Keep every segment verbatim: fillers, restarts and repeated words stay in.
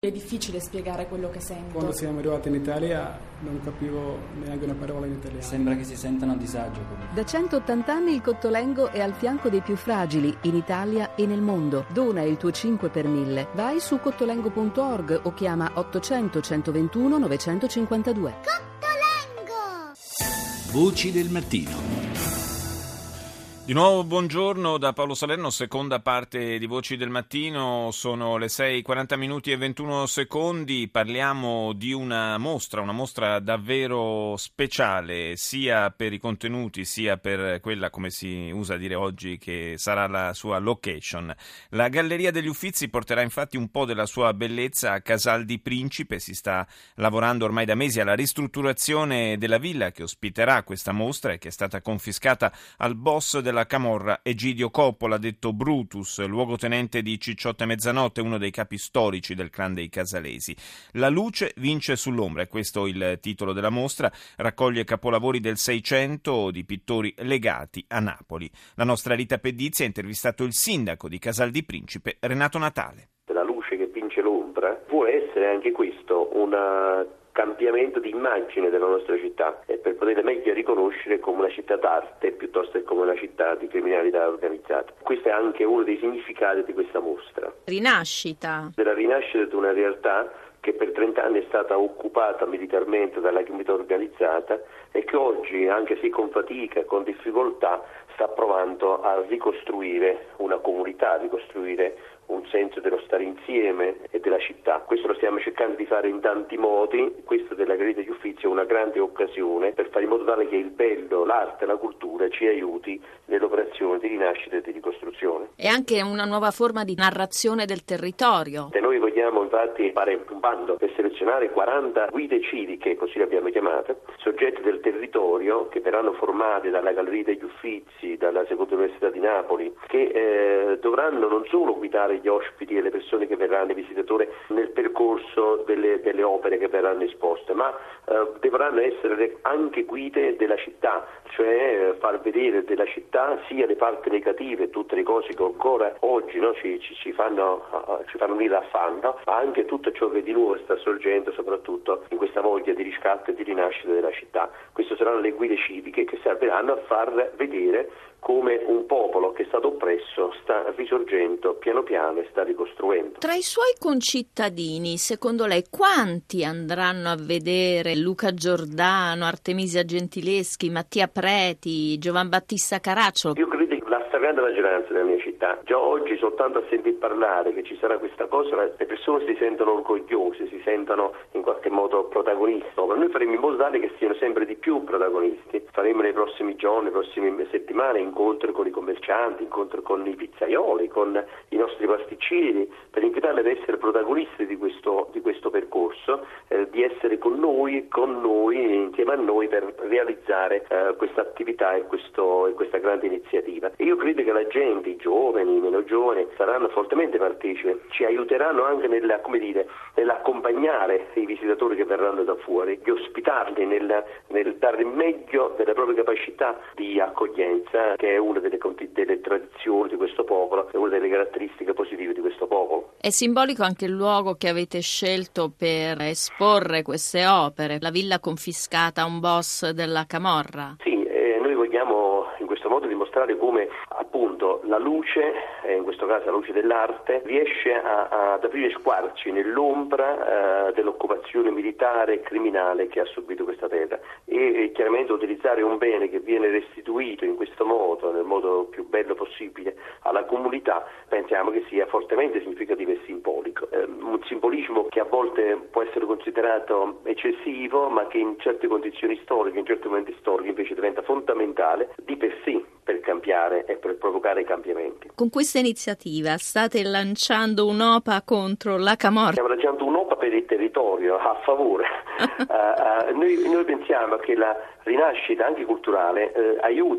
È difficile spiegare quello che sento. Quando siamo arrivati in Italia non capivo neanche una parola in italiano. Sembra che si sentano a disagio. Da centottanta anni il Cottolengo è al fianco dei più fragili in Italia e nel mondo. Dona il tuo cinque per mille. Vai su cottolengo punto org o chiama ottocento centoventuno novecentocinquantadue. Cottolengo! Voci del mattino. Di nuovo buongiorno da Paolo Salerno, seconda parte di Voci del Mattino, sono le sei, quaranta minuti e ventuno secondi, parliamo di una mostra, una mostra davvero speciale sia per i contenuti sia per quella, come si usa dire oggi, che sarà la sua location. La Galleria degli Uffizi porterà infatti un po' della sua bellezza a Casal di Principe, si sta lavorando ormai da mesi alla ristrutturazione della villa che ospiterà questa mostra e che è stata confiscata al boss della Camorra Egidio Coppola, detto Brutus, luogotenente di Cicciotte Mezzanotte, uno dei capi storici del clan dei Casalesi. La luce vince sull'ombra, è questo il titolo della mostra, raccoglie capolavori del Seicento di pittori legati a Napoli. La nostra Rita Pedizzi ha intervistato il sindaco di Casal di Principe, Renato Natale. La luce che vince l'ombra può essere anche questo una cambiamento di immagine della nostra città e per poterla meglio riconoscere come una città d'arte piuttosto che come una città di criminalità organizzata. Questo è anche uno dei significati di questa mostra. Rinascita. Della rinascita di una realtà che per trent'anni è stata occupata militarmente dalla criminalità organizzata e che oggi, anche se con fatica, con difficoltà, sta provando a ricostruire una comunità, a ricostruire un senso dello stare insieme e della città. Questo lo stiamo cercando di fare in tanti modi, questo della Galleria degli Uffizi è una grande occasione per fare in modo tale che il bello, l'arte e la cultura ci aiuti nell'operazione di rinascita e di ricostruzione. È anche una nuova forma di narrazione del territorio. E noi vogliamo infatti fare un bando per selezionare quaranta guide civiche, così le abbiamo chiamate, soggetti del territorio che verranno formati dalla Galleria degli Uffizi, dalla Seconda Università di Napoli, che eh, dovranno non solo guidare gli ospiti e le persone che verranno, i visitatori, nel percorso delle, delle opere che verranno esposte, ma eh, dovranno essere anche guide della città, cioè eh, far vedere della città sia le parti negative, tutte le cose che ancora oggi no, ci, ci, ci fanno uh, ci fanno venire affanno, ma anche tutto ciò che di nuovo sta sorgendo, soprattutto in questa voglia di riscatto e di rinascita della città. Queste saranno le guide civiche che serviranno a far vedere come un popolo che è stato oppresso sta risorgendo piano piano e sta ricostruendo. Tra i suoi concittadini, secondo lei, quanti andranno a vedere Luca Giordano, Artemisia Gentileschi, Mattia Preti, Giovan Battista Caracciolo? Io credo che la stragrande maggioranza della mia città, già oggi soltanto a sentir parlare che ci sarà questa cosa, le persone si sentono orgogliose, si sentono in qualche modo protagonisti. Ma noi faremo in modo tale che siano sempre di più protagonisti. Faremo nei prossimi giorni, nei prossime settimane incontri con i commercianti, incontri con i pizzaioli, con i nostri pasticcini, per invitarli ad essere protagonisti di questo, di questo percorso, eh, di essere con noi, con noi, insieme a noi per realizzare eh, questa attività e, questo, e questa grande iniziativa. E io credo che la gente, i giovani, i meno giovani, saranno fortemente partecipi, ci aiuteranno anche nella, come dire, nell'accompagnare i visitatori che verranno da fuori, di ospitarli, nel, nel dare il meglio delle proprie capacità di accoglienza, che è una delle, delle tradizioni di questo popolo, è una delle caratteristiche positive di questo popolo. È simbolico anche il luogo che avete scelto per esporre queste opere, la villa confiscata a un boss della Camorra. Sì, eh, noi vogliamo in questo modo dimostrare come appunto la luce, eh, in questo caso la luce dell'arte, riesce a, a, ad aprire squarci nell'ombra eh, dell'occupazione militare e criminale che ha subito questa terra e, e chiaramente utilizzare un bene che viene restituito in questo modo, nel modo più bello possibile alla comunità, pensiamo che sia fortemente significativo e simbolico. Eh, un simbolismo che a volte può essere considerato eccessivo, ma che in certe condizioni storiche, in certi momenti storici invece diventa fondamentale di per sé per cambiare e per provocare cambiamenti. Con questa iniziativa state lanciando un'opa contro la Camorra? Stiamo lanciando un'opa per il territorio, a favore. uh, uh, noi, noi pensiamo che la rinascita anche culturale eh, aiuti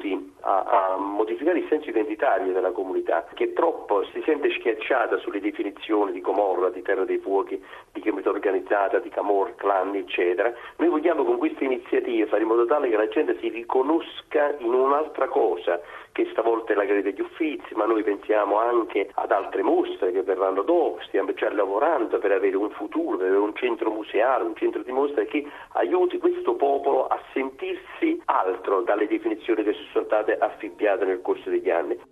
a, a modificare il senso identitario della comunità, che troppo si sente schiacciata sulle definizioni di Comorra, di Terra dei Fuochi, di criminalità organizzata, di Camorra, clan, eccetera. Noi vogliamo con queste iniziative fare in modo tale che la gente si riconosca in un'altra cosa, che stavolta è la Greta degli Uffizi, ma noi pensiamo anche ad altre mostre che verranno dopo. Stiamo già lavorando per avere un futuro, per avere un centro museale, un centro di mostre che aiuti questo popolo a sentirsi altro dalle definizioni che sono state affibbiate nel corso degli anni.